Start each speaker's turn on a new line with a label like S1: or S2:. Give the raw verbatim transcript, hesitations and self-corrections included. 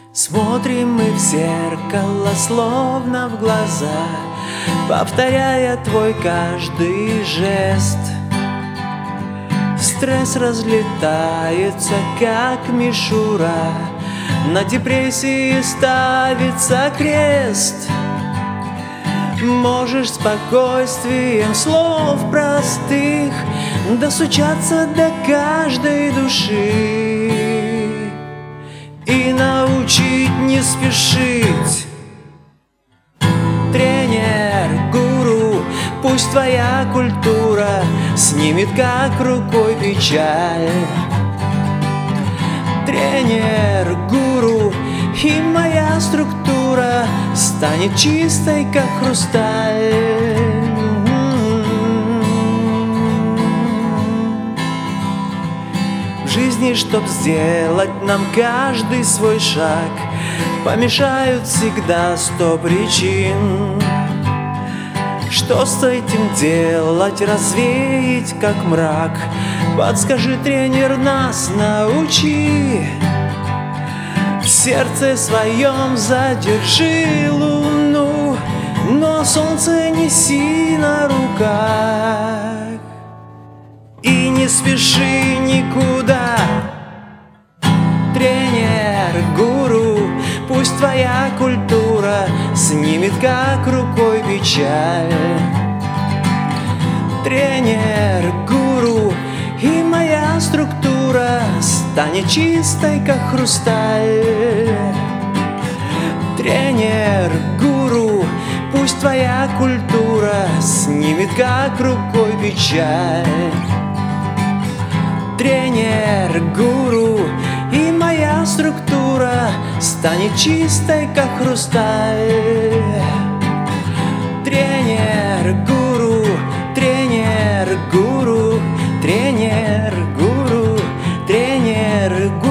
S1: Смотрим мы в зеркало, словно в глаза, повторяя твой каждый жест. Стресс разлетается, как мишура, на депрессии ставится крест. Можешь спокойствием слов простых достучаться до каждой души и научить не спешить. Тренер, гуру, пусть твоя культура снимет как рукой печаль. Тренер, гуру, и моя структура станет чистой, как хрусталь. В жизни, чтоб сделать нам каждый свой шаг, помешают всегда сто причин. Что с этим делать, развеять как мрак? Подскажи, тренер, нас научи. В сердце своем задержи луну, но солнце неси на руках. И не спеши никуда. Тренер, гуру, пусть твоя культура снимет как рукой печаль. Тренер, гуру, и моя структура станет чистой, как хрусталь. Тренер, гуру, пусть твоя культура снимет как рукой печаль. Тренер, гуру, и моя структура станет чистой, как хрусталь. Тренер, гуру, тренер, гуру, тренер, гуру, тренер, гуру.